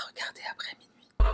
regarder après minuit.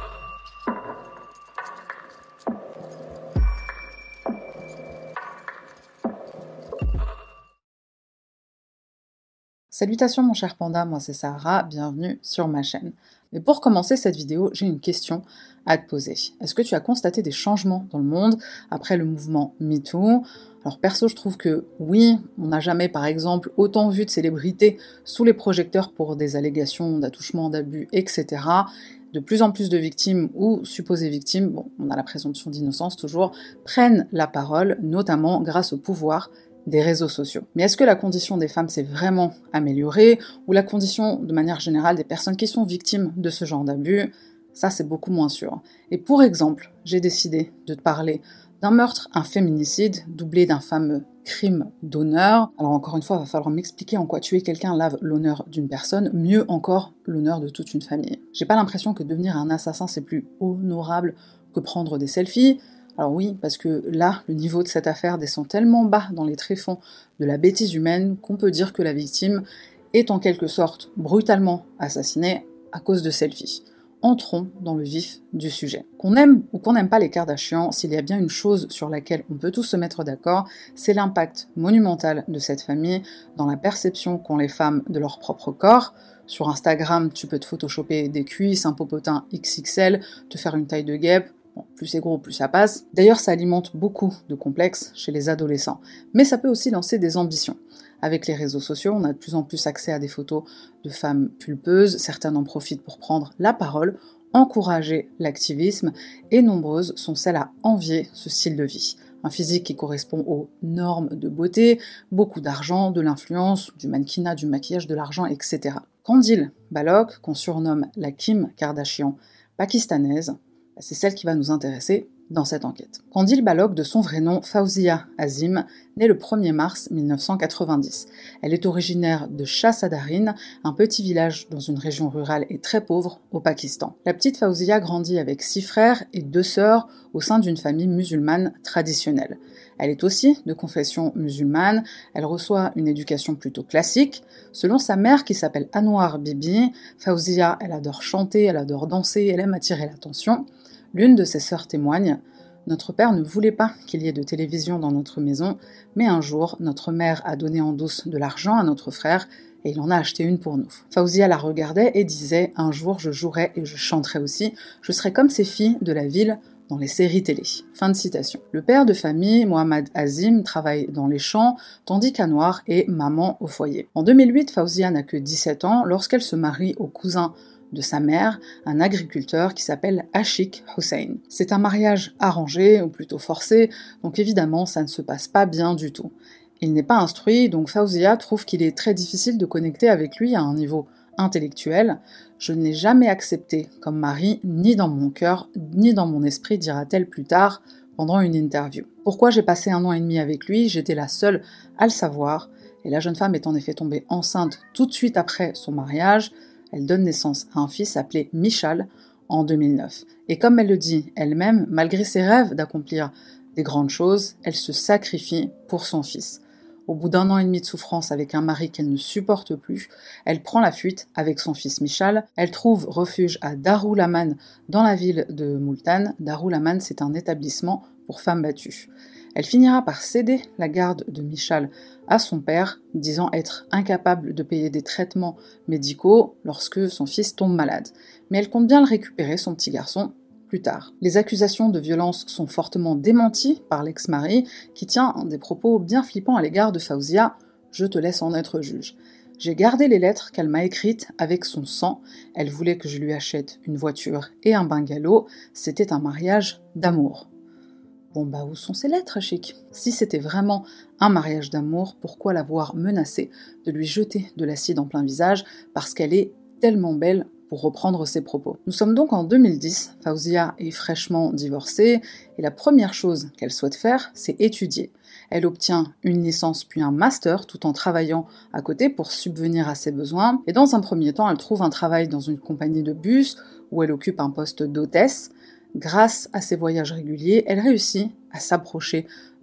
Salutations mon cher panda, moi c'est Sahara, bienvenue sur ma chaîne. Mais pour commencer cette vidéo, j'ai une question à te poser. Est-ce que tu as constaté des changements dans le monde après le mouvement MeToo ? Alors perso, je trouve que oui, on n'a jamais par exemple autant vu de célébrités sous les projecteurs pour des allégations d'attouchement, d'abus, etc. De plus en plus de victimes ou supposées victimes, bon, on a la présomption d'innocence toujours, prennent la parole, notamment grâce au pouvoir des réseaux sociaux. Mais est-ce que la condition des femmes s'est vraiment améliorée, ou la condition, de manière générale, des personnes qui sont victimes de ce genre d'abus? Ça, c'est beaucoup moins sûr. Et pour exemple, j'ai décidé de te parler d'un meurtre, un féminicide, doublé d'un fameux crime d'honneur. Alors encore une fois, il va falloir m'expliquer en quoi tuer quelqu'un lave l'honneur d'une personne, mieux encore l'honneur de toute une famille. J'ai pas l'impression que devenir un assassin c'est plus honorable que prendre des selfies. Alors oui, parce que là, le niveau de cette affaire descend tellement bas dans les tréfonds de la bêtise humaine qu'on peut dire que la victime est en quelque sorte brutalement assassinée à cause de selfies. Entrons dans le vif du sujet. Qu'on aime ou qu'on n'aime pas les Kardashians, s'il y a bien une chose sur laquelle on peut tous se mettre d'accord, c'est l'impact monumental de cette famille dans la perception qu'ont les femmes de leur propre corps. Sur Instagram, tu peux te photoshopper des cuisses, un popotin XXL, te faire une taille de guêpe. Bon, plus c'est gros, plus ça passe. D'ailleurs, ça alimente beaucoup de complexes chez les adolescents. Mais ça peut aussi lancer des ambitions. Avec les réseaux sociaux, on a de plus en plus accès à des photos de femmes pulpeuses, certaines en profitent pour prendre la parole, encourager l'activisme, et nombreuses sont celles à envier ce style de vie. Un physique qui correspond aux normes de beauté, beaucoup d'argent, de l'influence, du mannequinat, du maquillage, de l'argent, etc. Qandil Balogh, qu'on surnomme la Kim Kardashian pakistanaise, c'est celle qui va nous intéresser dans cette enquête. Qandil Balogh, de son vrai nom Fawzia Azim, naît le 1er mars 1990. Elle est originaire de Shah Sadarin, un petit village dans une région rurale et très pauvre au Pakistan. La petite Fawzia grandit avec 6 frères et 2 sœurs au sein d'une famille musulmane traditionnelle. Elle est aussi de confession musulmane, elle reçoit une éducation plutôt classique. Selon sa mère qui s'appelle Anwar Bibi, Fawzia, elle adore chanter, elle adore danser, elle aime attirer l'attention. L'une de ses sœurs témoigne « Notre père ne voulait pas qu'il y ait de télévision dans notre maison, mais un jour, notre mère a donné en douce de l'argent à notre frère et il en a acheté une pour nous. » Fawzia la regardait et disait « Un jour, je jouerai et je chanterai aussi. Je serai comme ces filles de la ville dans les séries télé. » Fin de citation. Le père de famille, Mohammad Azim, travaille dans les champs, tandis qu'Anwar est maman au foyer. En 2008, Fawzia n'a que 17 ans lorsqu'elle se marie au cousin de sa mère, un agriculteur qui s'appelle Ashik Hussein. C'est un mariage arrangé, ou plutôt forcé, donc évidemment ça ne se passe pas bien du tout. Il n'est pas instruit, donc Fawzia trouve qu'il est très difficile de connecter avec lui à un niveau intellectuel. « Je ne l'ai jamais accepté comme mari, ni dans mon cœur, ni dans mon esprit », dira-t-elle plus tard pendant une interview. Pourquoi j'ai passé 1 an et demi avec lui ? J'étais la seule à le savoir, et la jeune femme est en effet tombée enceinte tout de suite après son mariage. Elle donne naissance à un fils appelé Mishal en 2009. Et comme elle le dit elle-même, malgré ses rêves d'accomplir des grandes choses, elle se sacrifie pour son fils. Au bout d'1 an et demi de souffrance avec un mari qu'elle ne supporte plus, elle prend la fuite avec son fils Mishal. Elle trouve refuge à Darul Aman dans la ville de Multan. Darul Aman, c'est un établissement pour femmes battues. Elle finira par céder la garde de Mishal à son père, disant être incapable de payer des traitements médicaux lorsque son fils tombe malade. Mais elle compte bien le récupérer, son petit garçon, plus tard. Les accusations de violence sont fortement démenties par l'ex-mari, qui tient des propos bien flippants à l'égard de Fawzia. « Je te laisse en être juge. J'ai gardé les lettres qu'elle m'a écrites avec son sang. Elle voulait que je lui achète une voiture et un bungalow. C'était un mariage d'amour. » Bon bah où sont ces lettres, Chic ? Si c'était vraiment un mariage d'amour, pourquoi l'avoir menacée de lui jeter de l'acide en plein visage parce qu'elle est tellement belle, pour reprendre ses propos. Nous sommes donc en 2010, Fawzia est fraîchement divorcée et la première chose qu'elle souhaite faire, c'est étudier. Elle obtient une licence puis un master tout en travaillant à côté pour subvenir à ses besoins et dans un premier temps, elle trouve un travail dans une compagnie de bus où elle occupe un poste d'hôtesse. Grâce à ses voyages réguliers, elle réussit à s'approcher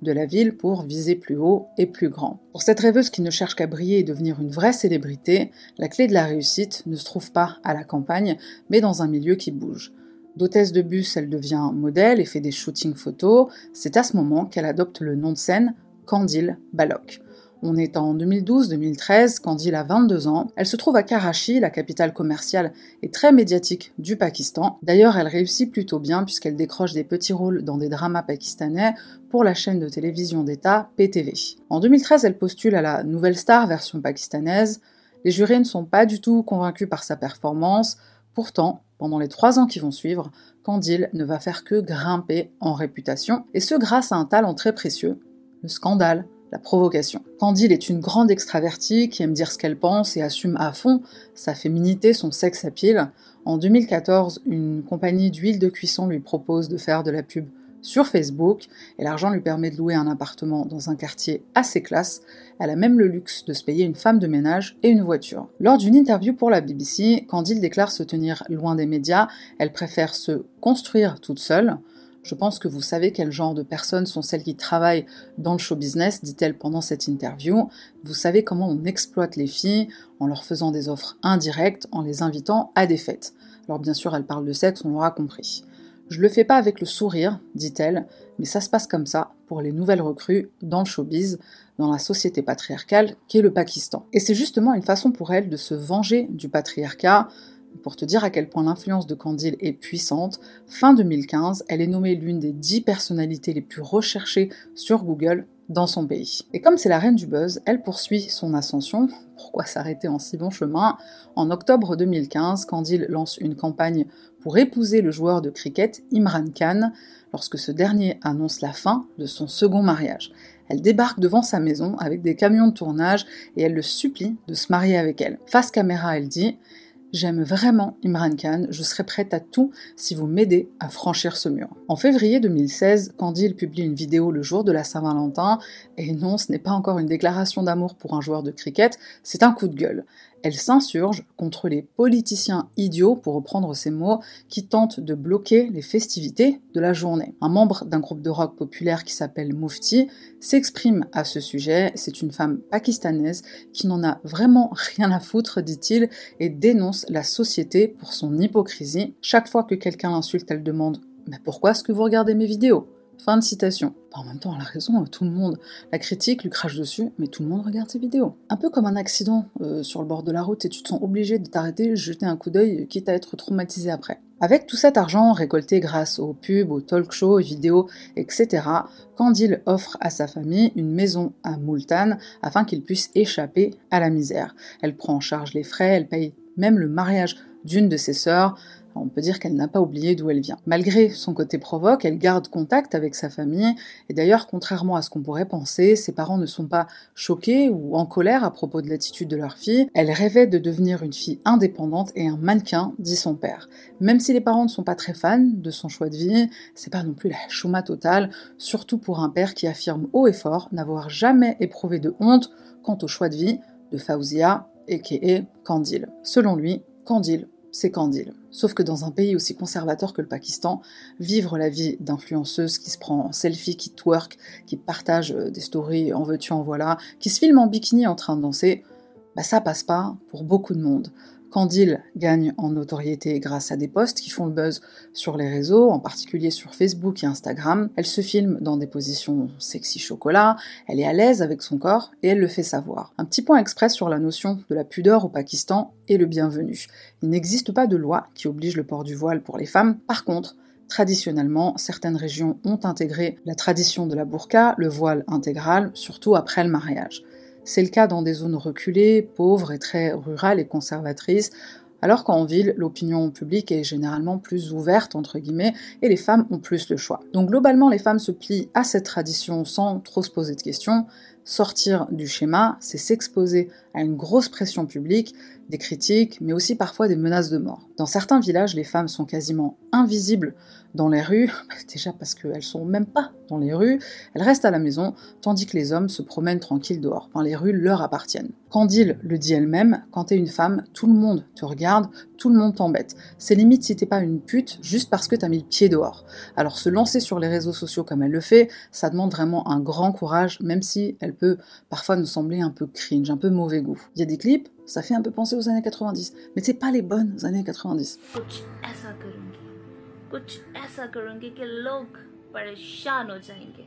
de la ville pour viser plus haut et plus grand. Pour cette rêveuse qui ne cherche qu'à briller et devenir une vraie célébrité, la clé de la réussite ne se trouve pas à la campagne, mais dans un milieu qui bouge. D'hôtesse de bus, elle devient modèle et fait des shootings photos. C'est à ce moment qu'elle adopte le nom de scène Qandil Balloch. On est en 2012-2013, Qandil a 22 ans. Elle se trouve à Karachi, la capitale commerciale et très médiatique du Pakistan. D'ailleurs, elle réussit plutôt bien puisqu'elle décroche des petits rôles dans des dramas pakistanais pour la chaîne de télévision d'État PTV. En 2013, elle postule à la Nouvelle Star version pakistanaise. Les jurés ne sont pas du tout convaincus par sa performance. Pourtant, pendant les 3 ans qui vont suivre, Qandil ne va faire que grimper en réputation, et ce grâce à un talent très précieux, le scandale, la provocation. Qandil est une grande extravertie qui aime dire ce qu'elle pense et assume à fond sa féminité, son sex appeal. En 2014, une compagnie d'huile de cuisson lui propose de faire de la pub sur Facebook, et l'argent lui permet de louer un appartement dans un quartier assez classe. Elle a même le luxe de se payer une femme de ménage et une voiture. Lors d'une interview pour la BBC, Qandil déclare se tenir loin des médias, elle préfère se construire toute seule. Je pense que vous savez quel genre de personnes sont celles qui travaillent dans le show business, dit-elle pendant cette interview. Vous savez comment on exploite les filles en leur faisant des offres indirectes, en les invitant à des fêtes. Alors bien sûr, elle parle de sexe, on l'aura compris. Je le fais pas avec le sourire, dit-elle, mais ça se passe comme ça pour les nouvelles recrues dans le showbiz, dans la société patriarcale qu'est le Pakistan. Et c'est justement une façon pour elle de se venger du patriarcat. Pour te dire à quel point l'influence de Qandil est puissante, fin 2015, elle est nommée l'une des 10 personnalités les plus recherchées sur Google dans son pays. Et comme c'est la reine du buzz, elle poursuit son ascension. Pourquoi s'arrêter en si bon chemin? En octobre 2015, Qandil lance une campagne pour épouser le joueur de cricket Imran Khan, lorsque ce dernier annonce la fin de son second mariage. Elle débarque devant sa maison avec des camions de tournage et elle le supplie de se marier avec elle. Face caméra, elle dit « J'aime vraiment Imran Khan, je serai prête à tout si vous m'aidez à franchir ce mur. » En février 2016, Qandil publie une vidéo le jour de la Saint-Valentin, et non, ce n'est pas encore une déclaration d'amour pour un joueur de cricket, c'est un coup de gueule. Elle s'insurge contre les politiciens idiots, pour reprendre ses mots, qui tentent de bloquer les festivités de la journée. Un membre d'un groupe de rock populaire qui s'appelle Mufti s'exprime à ce sujet. C'est une femme pakistanaise qui n'en a vraiment rien à foutre, dit-il, et dénonce la société pour son hypocrisie. Chaque fois que quelqu'un l'insulte, elle demande « Mais pourquoi est-ce que vous regardez mes vidéos ?» Fin de citation. En même temps, elle a raison, tout le monde la critique, lui crache dessus, mais tout le monde regarde ses vidéos. Un peu comme un accident sur le bord de la route et tu te sens obligé de t'arrêter, jeter un coup d'œil, quitte à être traumatisé après. Avec tout cet argent récolté grâce aux pubs, aux talk-shows, aux vidéos, etc., Qandil offre à sa famille une maison à Multan afin qu'ils puissent échapper à la misère. Elle prend en charge les frais, elle paye même le mariage d'une de ses sœurs. On peut dire qu'elle n'a pas oublié d'où elle vient. Malgré son côté provoque, elle garde contact avec sa famille, et d'ailleurs, contrairement à ce qu'on pourrait penser, ses parents ne sont pas choqués ou en colère à propos de l'attitude de leur fille. Elle rêvait de devenir une fille indépendante et un mannequin, dit son père. Même si les parents ne sont pas très fans de son choix de vie, c'est pas non plus la chouma totale, surtout pour un père qui affirme haut et fort n'avoir jamais éprouvé de honte quant au choix de vie de Fawzia, a.k.a. Qandil. Selon lui, Qandil, c'est Qandil. Sauf que dans un pays aussi conservateur que le Pakistan, vivre la vie d'influenceuse qui se prend en selfie, qui twerk, qui partage des stories en veux-tu en voilà, qui se filme en bikini en train de danser, ça passe pas pour beaucoup de monde. Qandil gagne en notoriété grâce à des posts qui font le buzz sur les réseaux, en particulier sur Facebook et Instagram. Elle se filme dans des positions sexy chocolat, elle est à l'aise avec son corps et elle le fait savoir. Un petit point express sur la notion de la pudeur au Pakistan est le bienvenu. Il n'existe pas de loi qui oblige le port du voile pour les femmes. Par contre, traditionnellement, certaines régions ont intégré la tradition de la burqa, le voile intégral, surtout après le mariage. C'est le cas dans des zones reculées, pauvres et très rurales et conservatrices, alors qu'en ville, l'opinion publique est généralement plus ouverte, entre guillemets, et les femmes ont plus le choix. Donc globalement, les femmes se plient à cette tradition sans trop se poser de questions. Sortir du schéma, c'est s'exposer à une grosse pression publique, des critiques, mais aussi parfois des menaces de mort. Dans certains villages, les femmes sont quasiment invisibles dans les rues, déjà parce qu'elles sont même pas dans les rues, elles restent à la maison, tandis que les hommes se promènent tranquilles dehors. Enfin, les rues leur appartiennent. Candile le dit elle-même, quand t'es une femme, tout le monde te regarde, tout le monde t'embête. C'est limite si t'es pas une pute, juste parce que t'as mis le pied dehors. Alors se lancer sur les réseaux sociaux comme elle le fait, ça demande vraiment un grand courage, même si elle peut parfois nous sembler un peu cringe, un peu mauvais goût. Il y a des clips, ça fait un peu penser aux années 90, mais c'est pas les bonnes années 90. कुछ ऐसा करूंगी कि लोग परेशान हो जाएंगे.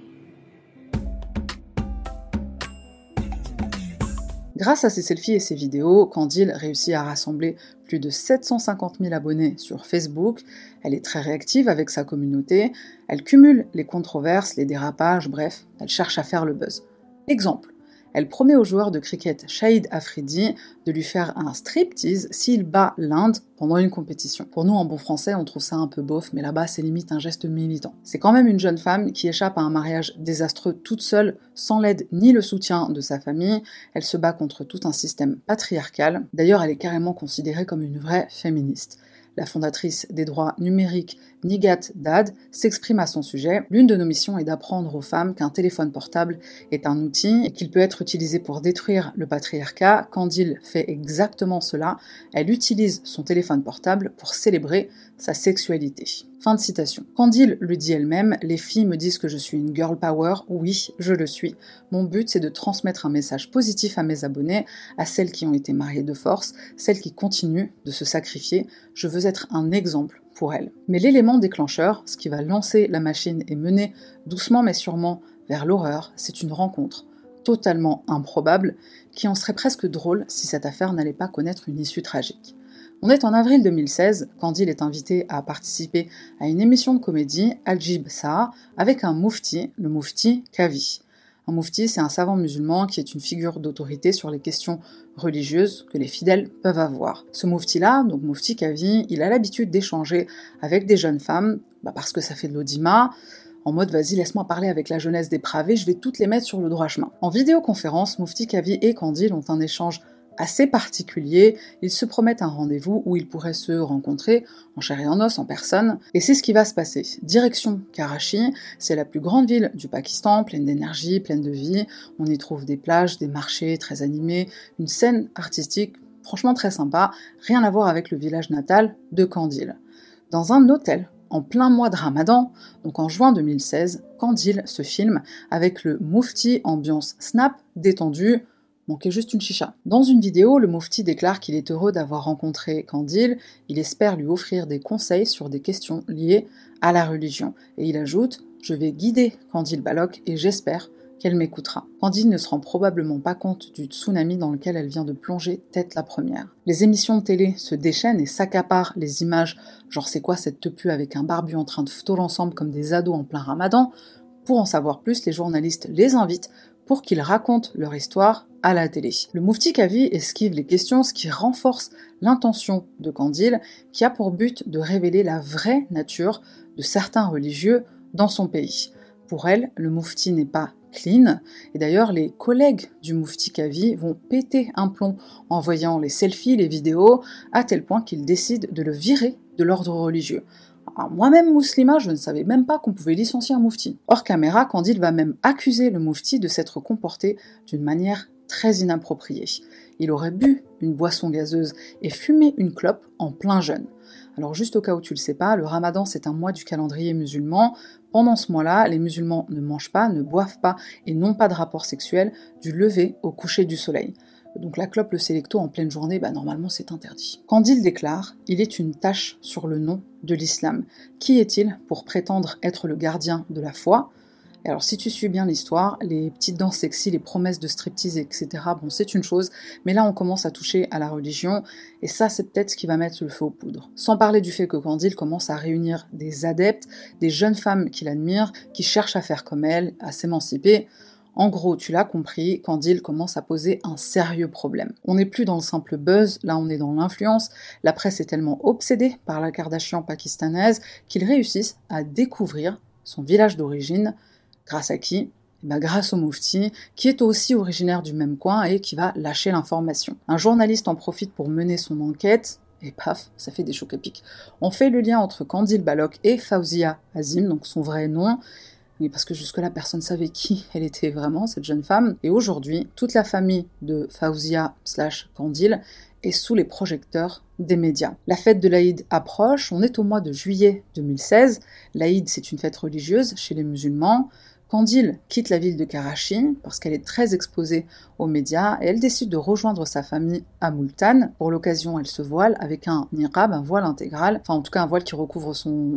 Grâce à ses selfies et ses vidéos, Candile réussit à rassembler plus de 750 000 abonnés sur Facebook. Elle est très réactive avec sa communauté. Elle cumule les controverses, les dérapages, bref, elle cherche à faire le buzz. Exemple. Elle promet au joueur de cricket Shahid Afridi de lui faire un striptease s'il bat l'Inde pendant une compétition. Pour nous, en bon français, on trouve ça un peu bof, mais là-bas, c'est limite un geste militant. C'est quand même une jeune femme qui échappe à un mariage désastreux toute seule, sans l'aide ni le soutien de sa famille. Elle se bat contre tout un système patriarcal. D'ailleurs, elle est carrément considérée comme une vraie féministe. La fondatrice des droits numériques, Nigat Dad, s'exprime à son sujet. L'une de nos missions est d'apprendre aux femmes qu'un téléphone portable est un outil et qu'il peut être utilisé pour détruire le patriarcat. Candile fait exactement cela. Elle utilise son téléphone portable pour célébrer sa sexualité. Fin de citation. Candile le dit elle-même, les filles me disent que je suis une girl power, oui, je le suis. Mon but, c'est de transmettre un message positif à mes abonnés, à celles qui ont été mariées de force, celles qui continuent de se sacrifier. Je veux être un exemple pour elles. Mais l'élément déclencheur, ce qui va lancer la machine et mener doucement mais sûrement vers l'horreur, c'est une rencontre totalement improbable qui en serait presque drôle si cette affaire n'allait pas connaître une issue tragique. On est en avril 2016, Candile est invitée à participer à une émission de comédie, Al-Jib Saa, avec un moufti, le moufti Kavi. Un moufti, c'est un savant musulman qui est une figure d'autorité sur les questions religieuses que les fidèles peuvent avoir. Ce moufti-là, donc moufti Kavi, il a l'habitude d'échanger avec des jeunes femmes, parce que ça fait de l'audimat, en mode vas-y laisse-moi parler avec la jeunesse dépravée, je vais toutes les mettre sur le droit chemin. En vidéoconférence, moufti Kavi et Candile ont un échange assez particulier, ils se promettent un rendez-vous où ils pourraient se rencontrer en chair et en os, en personne, et c'est ce qui va se passer. Direction Karachi, c'est la plus grande ville du Pakistan, pleine d'énergie, pleine de vie, on y trouve des plages, des marchés très animés, une scène artistique franchement très sympa, rien à voir avec le village natal de Candile. Dans un hôtel, en plein mois de Ramadan, donc en juin 2016, Candile se filme avec le moufti ambiance snap, détendu, manquait juste une chicha. Dans une vidéo, le moufti déclare qu'il est heureux d'avoir rencontré Candile, il espère lui offrir des conseils sur des questions liées à la religion. Et il ajoute « Je vais guider Candile Balloch et j'espère qu'elle m'écoutera ». Candile ne se rend probablement pas compte du tsunami dans lequel elle vient de plonger tête la première. Les émissions de télé se déchaînent et s'accaparent les images, genre c'est quoi cette tepu avec un barbu en train de photo ensemble comme des ados en plein ramadan. Pour en savoir plus, les journalistes les invitent pour qu'ils racontent leur histoire à la télé. Le moufti Kavi esquive les questions, ce qui renforce l'intention de Candile, qui a pour but de révéler la vraie nature de certains religieux dans son pays. Pour elle, le moufti n'est pas clean, et d'ailleurs les collègues du moufti Kavi vont péter un plomb en voyant les selfies, les vidéos, à tel point qu'ils décident de le virer de l'ordre religieux. Alors, moi-même musulmane, je ne savais même pas qu'on pouvait licencier un moufti. Hors caméra, Candile va même accuser le moufti de s'être comporté d'une manière très inappropriée. Il aurait bu une boisson gazeuse et fumé une clope en plein jeûne. Alors juste au cas où tu le sais pas, le ramadan c'est un mois du calendrier musulman. Pendant ce mois-là, les musulmans ne mangent pas, ne boivent pas et n'ont pas de rapport sexuel du lever au coucher du soleil. Donc la clope, le sélecto en pleine journée, normalement c'est interdit. Candile déclare « Il est une tache sur le nom de l'islam. Qui est-il pour prétendre être le gardien de la foi ?» Et alors si tu suis bien l'histoire, les petites danses sexy, les promesses de striptease, etc., bon c'est une chose, mais là on commence à toucher à la religion, et ça c'est peut-être ce qui va mettre le feu aux poudres. Sans parler du fait que Candile commence à réunir des adeptes, des jeunes femmes qui l'admirent, qui cherchent à faire comme elle, à s'émanciper. En gros, tu l'as compris, Candile commence à poser un sérieux problème. On n'est plus dans le simple buzz, là on est dans l'influence. La presse est tellement obsédée par la Kardashian pakistanaise qu'ils réussissent à découvrir son village d'origine, grâce à qui? Grâce au Moufti, qui est aussi originaire du même coin et qui va lâcher l'information. Un journaliste en profite pour mener son enquête, et paf, ça fait des chocs à pic. On fait le lien entre Qandil Balok et Fawzia Azim, donc son vrai nom, oui, parce que jusque-là, personne ne savait qui elle était vraiment, cette jeune femme. Et aujourd'hui, toute la famille de Fawzia/Qandil est sous les projecteurs des médias. La fête de l'Aïd approche, on est au mois de juillet 2016. L'Aïd, c'est une fête religieuse chez les musulmans. Qandil quitte la ville de Karachi parce qu'elle est très exposée aux médias et elle décide de rejoindre sa famille à Multan. Pour l'occasion, elle se voile avec un niqab, un voile intégral, enfin en tout cas un voile qui recouvre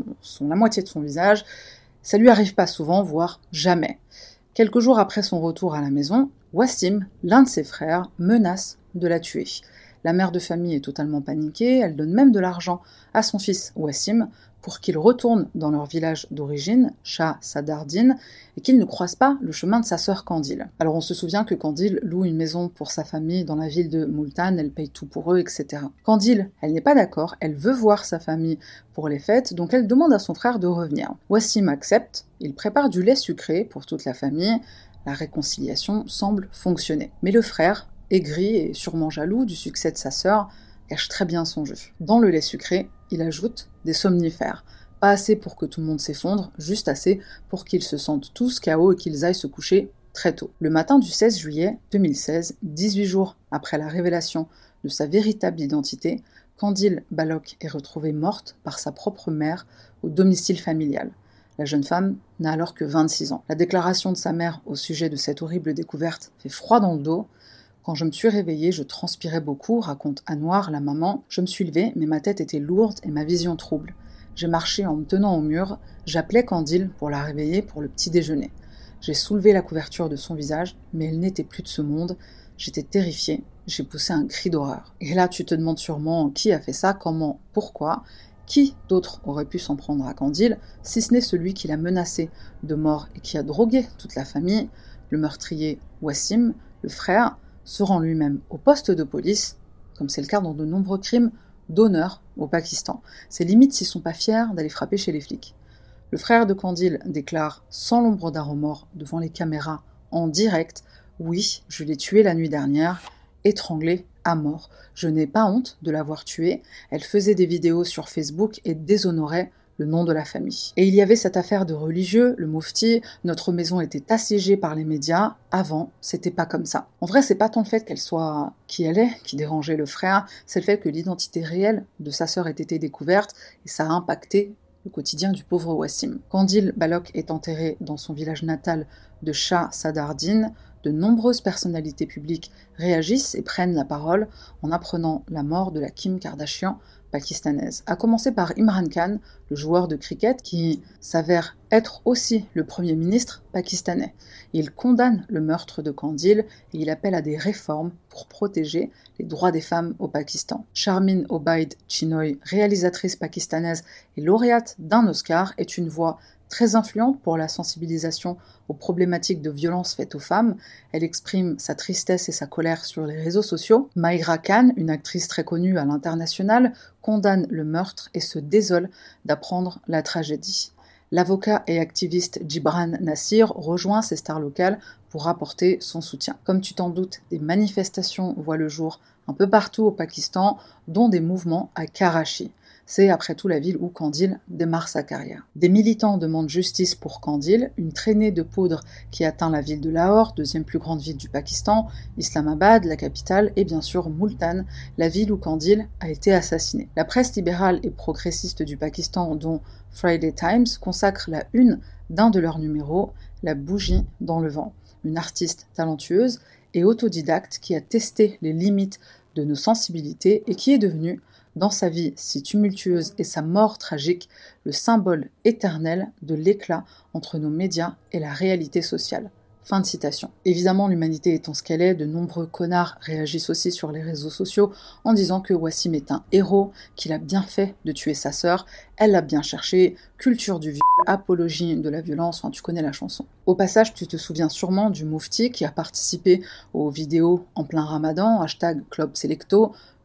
la moitié de son visage. Ça lui arrive pas souvent, voire jamais. Quelques jours après son retour à la maison, Wassim, l'un de ses frères, menace de la tuer. La mère de famille est totalement paniquée, elle donne même de l'argent à son fils Wassim pour qu'il retourne dans leur village d'origine, Shah Sadardine, et qu'il ne croise pas le chemin de sa sœur Qandil. Alors on se souvient que Qandil loue une maison pour sa famille dans la ville de Multan, elle paye tout pour eux, etc. Qandil, elle n'est pas d'accord, elle veut voir sa famille pour les fêtes, donc elle demande à son frère de revenir. Wassim accepte, il prépare du lait sucré pour toute la famille, la réconciliation semble fonctionner. Mais le frère, aigri et sûrement jaloux du succès de sa sœur, cache très bien son jeu. Dans le lait sucré, il ajoute des somnifères. Pas assez pour que tout le monde s'effondre, juste assez pour qu'ils se sentent tous KO et qu'ils aillent se coucher très tôt. Le matin du 16 juillet 2016, 18 jours après la révélation de sa véritable identité, Qandil Balok est retrouvée morte par sa propre mère au domicile familial. La jeune femme n'a alors que 26 ans. La déclaration de sa mère au sujet de cette horrible découverte fait froid dans le dos. Quand je me suis réveillée, je transpirais beaucoup, raconte Anouar, la maman. Je me suis levée, mais ma tête était lourde et ma vision trouble. J'ai marché en me tenant au mur, j'appelais Qandil pour la réveiller pour le petit déjeuner. J'ai soulevé la couverture de son visage, mais elle n'était plus de ce monde. J'étais terrifiée, j'ai poussé un cri d'horreur. Et là, tu te demandes sûrement qui a fait ça, comment, pourquoi. Qui d'autre aurait pu s'en prendre à Qandil, si ce n'est celui qui l'a menacé de mort et qui a drogué toute la famille, le meurtrier Wassim, le frère, se rend lui-même au poste de police, comme c'est le cas dans de nombreux crimes d'honneur au Pakistan. C'est limite s'ils sont pas fiers d'aller frapper chez les flics. Le frère de Qandil déclare sans l'ombre d'un remords devant les caméras en direct « Oui, je l'ai tuée la nuit dernière, étranglée à mort. Je n'ai pas honte de l'avoir tuée. Elle faisait des vidéos sur Facebook et déshonorait le nom de la famille. » Et il y avait cette affaire de religieux, le Moufti, notre maison était assiégée par les médias. Avant, c'était pas comme ça. En vrai, c'est pas tant le fait qu'elle soit qui elle est qui dérangeait le frère, c'est le fait que l'identité réelle de sa sœur ait été découverte et ça a impacté le quotidien du pauvre Wassim. Qandil Balok est enterré dans son village natal de Shah Sadardine. De nombreuses personnalités publiques réagissent et prennent la parole en apprenant la mort de la Kim Kardashian pakistanaise. À commencer par Imran Khan, le joueur de cricket qui s'avère être aussi le Premier ministre pakistanais. Il condamne le meurtre de Qandil et il appelle à des réformes pour protéger les droits des femmes au Pakistan. Sharmeen Obaid Chinoy, réalisatrice pakistanaise et lauréate d'un Oscar, est une voix très influente pour la sensibilisation aux problématiques de violence faites aux femmes. Elle exprime sa tristesse et sa colère sur les réseaux sociaux. Maïra Khan, une actrice très connue à l'international, condamne le meurtre et se désole d'apprendre la tragédie. L'avocat et activiste Gibran Nassir rejoint ces stars locales pour apporter son soutien. Comme tu t'en doutes, des manifestations voient le jour un peu partout au Pakistan, dont des mouvements à Karachi. C'est après tout la ville où Qandil démarre sa carrière. Des militants demandent justice pour Qandil, une traînée de poudre qui atteint la ville de Lahore, deuxième plus grande ville du Pakistan, Islamabad, la capitale, et bien sûr Multan, la ville où Qandil a été assassiné. La presse libérale et progressiste du Pakistan, dont Friday Times, consacre la une d'un de leurs numéros, La bougie dans le vent. Une artiste talentueuse et autodidacte qui a testé les limites de nos sensibilités et qui est devenue, dans sa vie si tumultueuse et sa mort tragique, le symbole éternel de l'éclat entre nos médias et la réalité sociale. Fin de citation. Évidemment, l'humanité étant ce qu'elle est, de nombreux connards réagissent aussi sur les réseaux sociaux en disant que Wassim est un héros, qu'il a bien fait de tuer sa sœur, elle l'a bien cherché, culture du viol, apologie de la violence, enfin tu connais la chanson. Au passage, tu te souviens sûrement du Moufti qui a participé aux vidéos en plein Ramadan, #Club Selecto.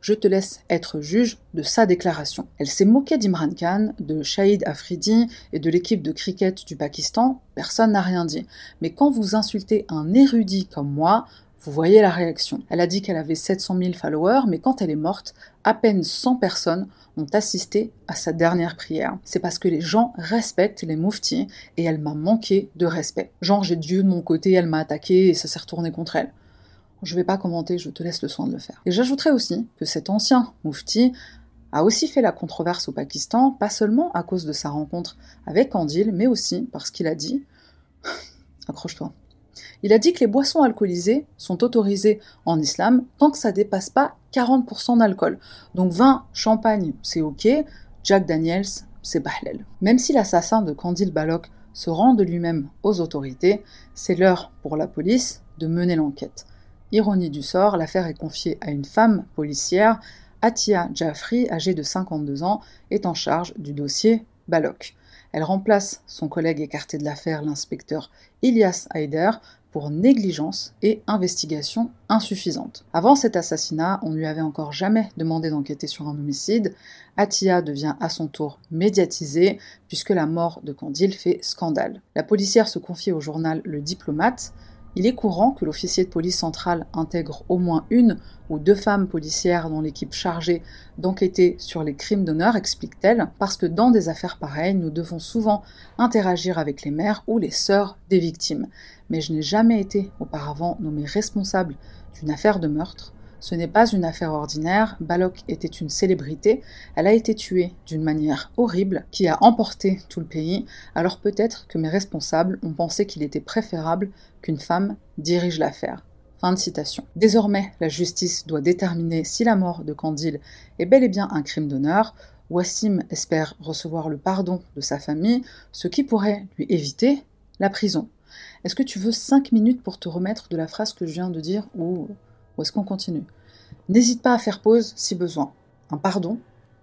Je te laisse être juge de sa déclaration. Elle s'est moquée d'Imran Khan, de Shahid Afridi et de l'équipe de cricket du Pakistan. Personne n'a rien dit. Mais quand vous insultez un érudit comme moi, vous voyez la réaction. Elle a dit qu'elle avait 700 000 followers, mais quand elle est morte, à peine 100 personnes ont assisté à sa dernière prière. C'est parce que les gens respectent les mouftis et elle m'a manqué de respect. Genre, j'ai Dieu de mon côté, elle m'a attaqué et ça s'est retourné contre elle. Je vais pas commenter, je te laisse le soin de le faire. Et j'ajouterai aussi que cet ancien moufti a aussi fait la controverse au Pakistan, pas seulement à cause de sa rencontre avec Kandil, mais aussi parce qu'il a dit... Accroche-toi. Il a dit que les boissons alcoolisées sont autorisées en islam tant que ça dépasse pas 40% d'alcool. Donc vin, champagne, c'est ok, Jack Daniels, c'est bahlel. Même si l'assassin de Kandil Balok se rend de lui-même aux autorités, c'est l'heure pour la police de mener l'enquête. Ironie du sort, l'affaire est confiée à une femme policière, Atia Jaffri, âgée de 52 ans, est en charge du dossier Balok. Elle remplace son collègue écarté de l'affaire, l'inspecteur Ilyas Haider, pour négligence et investigation insuffisante. Avant cet assassinat, on ne lui avait encore jamais demandé d'enquêter sur un homicide. Atia devient à son tour médiatisée puisque la mort de Kandil fait scandale. La policière se confie au journal Le Diplomate. Il est courant que l'officier de police centrale intègre au moins une ou deux femmes policières dans l'équipe chargée d'enquêter sur les crimes d'honneur, explique-t-elle, parce que dans des affaires pareilles, nous devons souvent interagir avec les mères ou les sœurs des victimes. Mais je n'ai jamais été auparavant nommée responsable d'une affaire de meurtre. Ce n'est pas une affaire ordinaire, Balok était une célébrité, elle a été tuée d'une manière horrible qui a emporté tout le pays, alors peut-être que mes responsables ont pensé qu'il était préférable qu'une femme dirige l'affaire. Fin de citation. Désormais, la justice doit déterminer si la mort de Kandil est bel et bien un crime d'honneur. Wassim espère recevoir le pardon de sa famille, ce qui pourrait lui éviter la prison. Est-ce que tu veux 5 minutes pour te remettre de la phrase que je viens de dire ou est-ce qu'on continue? N'hésite pas à faire pause si besoin. Un pardon,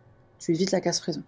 tu évites la casse-prison.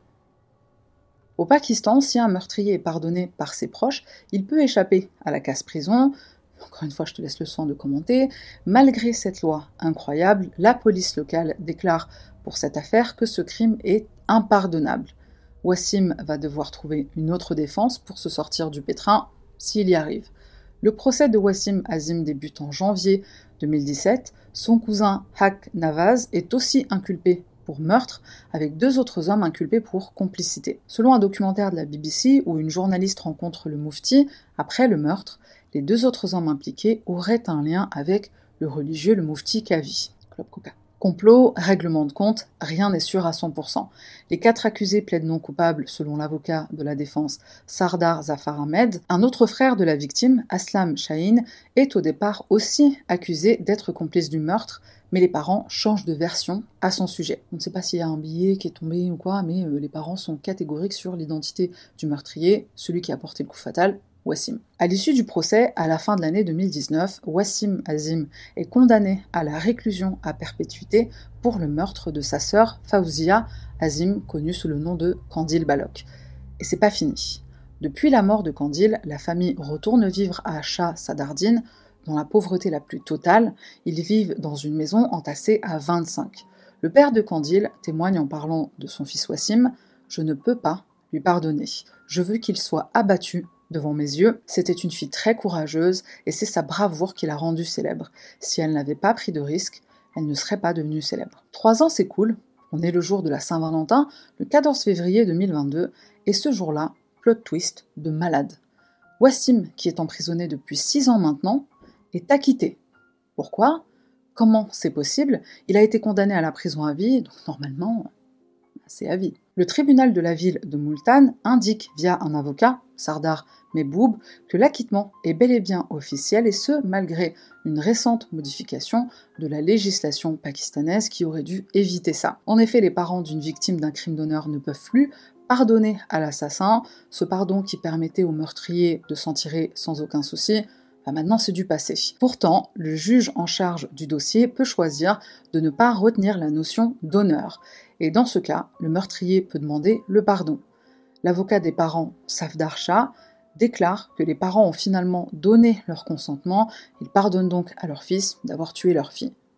Au Pakistan, si un meurtrier est pardonné par ses proches, il peut échapper à la casse-prison. Encore une fois, je te laisse le soin de commenter. Malgré cette loi incroyable, la police locale déclare pour cette affaire que ce crime est impardonnable. Wassim va devoir trouver une autre défense pour se sortir du pétrin s'il y arrive. Le procès de Wassim Azim débute en janvier 2017. Son cousin Haq Nawaz est aussi inculpé pour meurtre, avec 2 autres hommes inculpés pour complicité. Selon un documentaire de la BBC où une journaliste rencontre le moufti, après le meurtre, les 2 autres hommes impliqués auraient un lien avec le religieux, le moufti Kavi. Club Coca. Complot, règlement de compte, rien n'est sûr à 100%. Les 4 accusés plaident non coupables selon l'avocat de la défense Sardar Zafar Ahmed. Un autre frère de la victime, Aslam Shaheen, est au départ aussi accusé d'être complice du meurtre, mais les parents changent de version à son sujet. On ne sait pas s'il y a un billet qui est tombé ou quoi, mais les parents sont catégoriques sur l'identité du meurtrier, celui qui a porté le coup fatal, Wassim. À l'issue du procès, à la fin de l'année 2019, Wassim Azim est condamné à la réclusion à perpétuité pour le meurtre de sa sœur Fawzia Azim, connue sous le nom de Kandil Balok. Et c'est pas fini. Depuis la mort de Kandil, la famille retourne vivre à Shah Sadardine, dans la pauvreté la plus totale. Ils vivent dans une maison entassée à 25. Le père de Kandil témoigne en parlant de son fils Wassim « Je ne peux pas lui pardonner. Je veux qu'il soit abattu devant mes yeux. C'était une fille très courageuse et c'est sa bravoure qui l'a rendue célèbre. Si elle n'avait pas pris de risque, elle ne serait pas devenue célèbre. » 3 ans s'écoulent. On est le jour de la Saint-Valentin, le 14 février 2022, et ce jour-là, plot twist de malade. Wassim, qui est emprisonné depuis 6 ans maintenant, est acquitté. Pourquoi? Comment c'est possible? Il a été condamné à la prison à vie, donc normalement, c'est à vie. Le tribunal de la ville de Multan indique via un avocat, Sardar Mehboob, que l'acquittement est bel et bien officiel, et ce, malgré une récente modification de la législation pakistanaise qui aurait dû éviter ça. En effet, les parents d'une victime d'un crime d'honneur ne peuvent plus pardonner à l'assassin, ce pardon qui permettait au meurtrier de s'en tirer sans aucun souci. Maintenant, c'est du passé. Pourtant, le juge en charge du dossier peut choisir de ne pas retenir la notion d'honneur. Et dans ce cas, le meurtrier peut demander le pardon. L'avocat des parents, Safdar Shah, déclare que les parents ont finalement donné leur consentement. Ils pardonnent donc à leur fils d'avoir tué leur fille.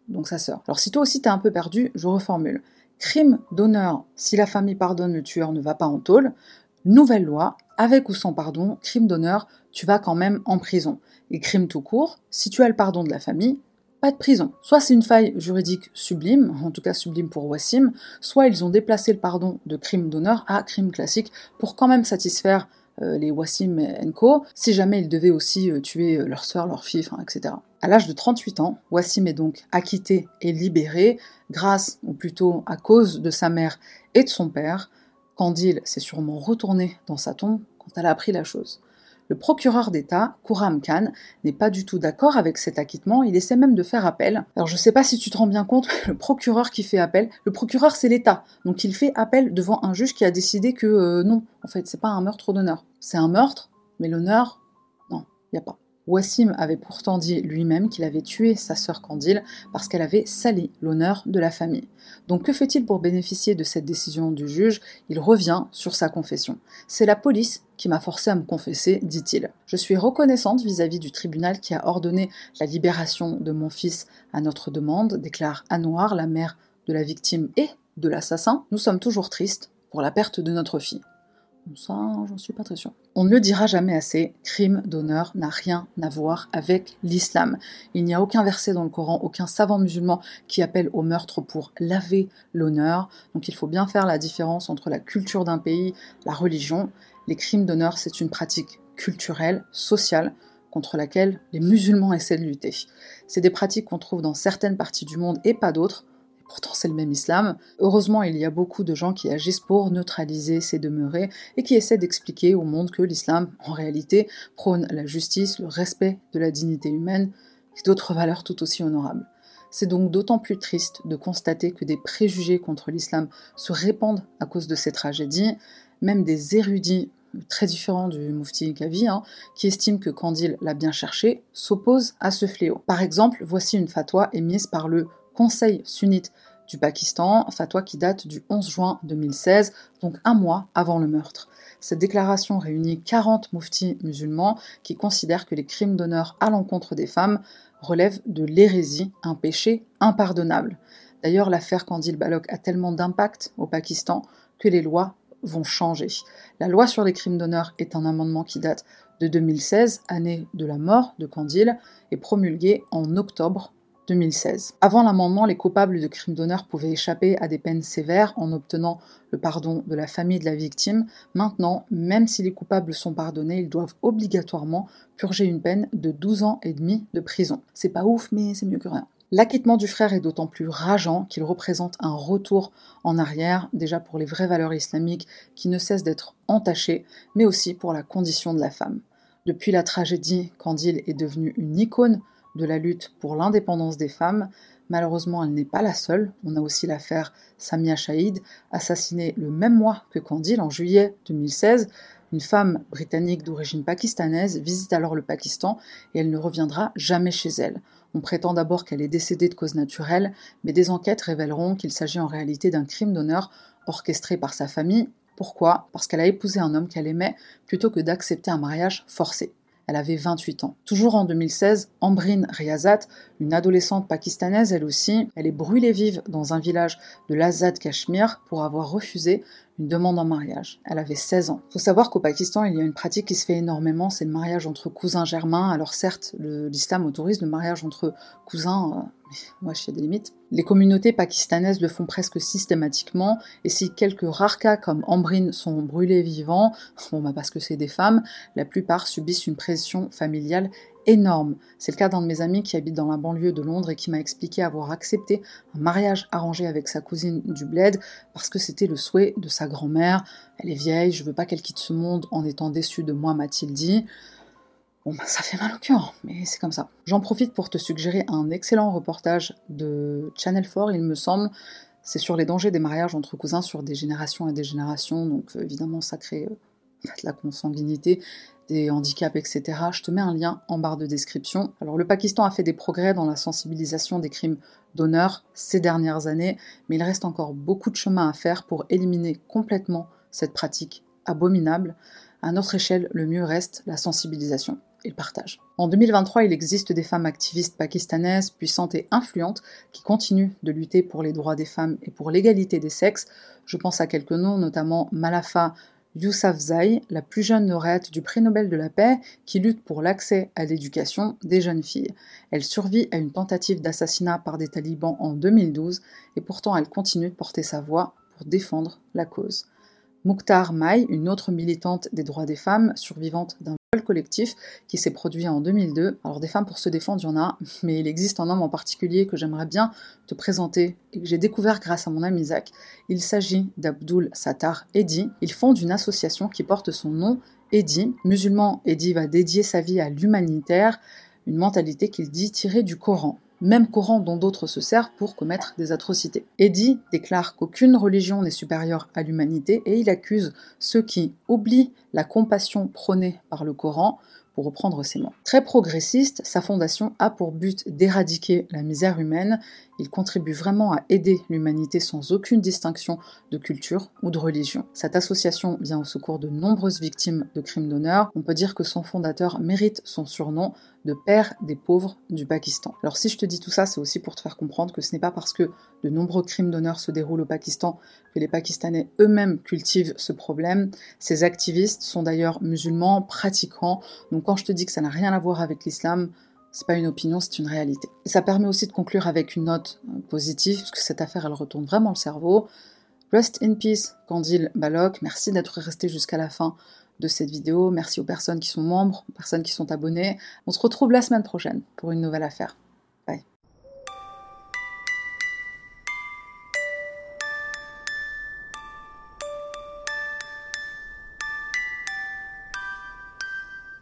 donc sa sœur. Alors si toi aussi t'es un peu perdu, je reformule. Crime d'honneur, si la famille pardonne, le tueur ne va pas en tôle. Nouvelle loi, avec ou sans pardon, crime d'honneur, tu vas quand même en prison. Et crime tout court, si tu as le pardon de la famille, pas de prison. Soit c'est une faille juridique sublime, en tout cas sublime pour Wassim, soit ils ont déplacé le pardon de crime d'honneur à crime classique pour quand même satisfaire les Wassim & Co, si jamais ils devaient aussi tuer leur sœur, leur fille, etc. À l'âge de 38 ans, Wassim est donc acquitté et libéré grâce, ou plutôt à cause de sa mère et de son père. Candil s'est sûrement retournée dans sa tombe quand elle a appris la chose. Le procureur d'État, Khurram Khan, n'est pas du tout d'accord avec cet acquittement, il essaie même de faire appel. Alors je sais pas si tu te rends bien compte, le procureur qui fait appel, le procureur c'est l'État, donc il fait appel devant un juge qui a décidé que non, en fait c'est pas un meurtre d'honneur. C'est un meurtre, mais l'honneur, non, y a pas. Wassim avait pourtant dit lui-même qu'il avait tué sa sœur Candil parce qu'elle avait sali l'honneur de la famille. Donc que fait-il pour bénéficier de cette décision du juge? Il revient sur sa confession. C'est la police qui m'a forcé à me confesser, dit-il. Je suis reconnaissante vis-à-vis du tribunal qui a ordonné la libération de mon fils à notre demande, déclare Anouar, la mère de la victime et de l'assassin. Nous sommes toujours tristes pour la perte de notre fille. Ça, j'en suis pas très sûre. On ne le dira jamais assez, crime d'honneur n'a rien à voir avec l'islam. Il n'y a aucun verset dans le Coran, aucun savant musulman qui appelle au meurtre pour laver l'honneur. Donc il faut bien faire la différence entre la culture d'un pays, la religion. Les crimes d'honneur, c'est une pratique culturelle, sociale, contre laquelle les musulmans essaient de lutter. C'est des pratiques qu'on trouve dans certaines parties du monde et pas d'autres. Pourtant, c'est le même islam. Heureusement, il y a beaucoup de gens qui agissent pour neutraliser ces demeurés et qui essaient d'expliquer au monde que l'islam, en réalité, prône la justice, le respect de la dignité humaine et d'autres valeurs tout aussi honorables. C'est donc d'autant plus triste de constater que des préjugés contre l'islam se répandent à cause de ces tragédies, même des érudits très différents du Mufti Kavi, qui estiment que Candil l'a bien cherché, s'opposent à ce fléau. Par exemple, voici une fatwa émise par le Conseil sunnite du Pakistan, fatwa qui date du 11 juin 2016, donc un mois avant le meurtre. Cette déclaration réunit 40 muftis musulmans qui considèrent que les crimes d'honneur à l'encontre des femmes relèvent de l'hérésie, un péché impardonnable. D'ailleurs, l'affaire Candil Balok a tellement d'impact au Pakistan que les lois vont changer. La loi sur les crimes d'honneur est un amendement qui date de 2016, année de la mort de Candil, et promulgué en octobre 2016. Avant l'amendement, les coupables de crimes d'honneur pouvaient échapper à des peines sévères en obtenant le pardon de la famille de la victime. Maintenant, même si les coupables sont pardonnés, ils doivent obligatoirement purger une peine de 12 ans et demi de prison. C'est pas ouf, mais c'est mieux que rien. L'acquittement du frère est d'autant plus rageant qu'il représente un retour en arrière, déjà pour les vraies valeurs islamiques qui ne cessent d'être entachées, mais aussi pour la condition de la femme. Depuis la tragédie, Candil est devenue une icône de la lutte pour l'indépendance des femmes. Malheureusement, elle n'est pas la seule. On a aussi l'affaire Samia Chahid, assassinée le même mois que Candil, en juillet 2016. Une femme britannique d'origine pakistanaise visite alors le Pakistan et elle ne reviendra jamais chez elle. On prétend d'abord qu'elle est décédée de cause naturelle, mais des enquêtes révéleront qu'il s'agit en réalité d'un crime d'honneur orchestré par sa famille. Pourquoi? Parce qu'elle a épousé un homme qu'elle aimait plutôt que d'accepter un mariage forcé. Elle avait 28 ans. Toujours en 2016, Ambreen Riazat, une adolescente pakistanaise elle aussi, elle est brûlée vive dans un village de l'Azad Cachemire pour avoir refusé une demande en mariage. Elle avait 16 ans. Il faut savoir qu'au Pakistan, il y a une pratique qui se fait énormément, c'est le mariage entre cousins germains. Alors certes, l'islam autorise le mariage entre cousins, mais moi, il y a des limites. Les communautés pakistanaises le font presque systématiquement, et si quelques rares cas comme Ambreen sont brûlés vivants, parce que c'est des femmes, la plupart subissent une pression familiale énorme. C'est le cas d'un de mes amis qui habite dans la banlieue de Londres et qui m'a expliqué avoir accepté un mariage arrangé avec sa cousine du bled parce que c'était le souhait de sa grand-mère. Elle est vieille, je veux pas qu'elle quitte ce monde en étant déçue de moi, m'a-t-il dit. Ça fait mal au cœur, mais c'est comme ça. J'en profite pour te suggérer un excellent reportage de Channel 4, il me semble. C'est sur les dangers des mariages entre cousins sur des générations et des générations, donc évidemment ça crée de la consanguinité, des handicaps, etc. Je te mets un lien en barre de description. Alors le Pakistan a fait des progrès dans la sensibilisation des crimes d'honneur ces dernières années, mais il reste encore beaucoup de chemin à faire pour éliminer complètement cette pratique abominable. À notre échelle, le mieux reste la sensibilisation. et le partage. En 2023, il existe des femmes activistes pakistanaises puissantes et influentes qui continuent de lutter pour les droits des femmes et pour l'égalité des sexes. Je pense à quelques noms, notamment Malafa Yousafzai, la plus jeune lauréate du prix Nobel de la paix, qui lutte pour l'accès à l'éducation des jeunes filles. Elle survit à une tentative d'assassinat par des talibans en 2012 et pourtant elle continue de porter sa voix pour défendre la cause. Mukhtar Mai, une autre militante des droits des femmes, survivante d'un viol collectif qui s'est produit en 2002. Alors des femmes pour se défendre, il y en a, mais il existe un homme en particulier que j'aimerais bien te présenter et que j'ai découvert grâce à mon ami Zach. Il s'agit d'Abdul Sattar Edhi. Il fonde une association qui porte son nom, Edhi. Musulman, Edhi va dédier sa vie à l'humanitaire, une mentalité qu'il dit tirée du Coran. Même Coran dont d'autres se servent pour commettre des atrocités. Edhi déclare qu'aucune religion n'est supérieure à l'humanité et il accuse ceux qui oublient la compassion prônée par le Coran, pour reprendre ses mots. Très progressiste, sa fondation a pour but d'éradiquer la misère humaine. Il contribue vraiment à aider l'humanité sans aucune distinction de culture ou de religion. Cette association vient au secours de nombreuses victimes de crimes d'honneur. On peut dire que son fondateur mérite son surnom de père des pauvres du Pakistan. Alors si je te dis tout ça, c'est aussi pour te faire comprendre que ce n'est pas parce que de nombreux crimes d'honneur se déroulent au Pakistan que les Pakistanais eux-mêmes cultivent ce problème. Ces activistes sont d'ailleurs musulmans, pratiquants, donc quand je te dis que ça n'a rien à voir avec l'islam, c'est pas une opinion, c'est une réalité. Et ça permet aussi de conclure avec une note positive, parce que cette affaire, elle retourne vraiment le cerveau. Rest in peace, Qandil Balloch. Merci d'être resté jusqu'à la fin de cette vidéo. Merci aux personnes qui sont membres, aux personnes qui sont abonnées. On se retrouve la semaine prochaine pour une nouvelle affaire. Bye.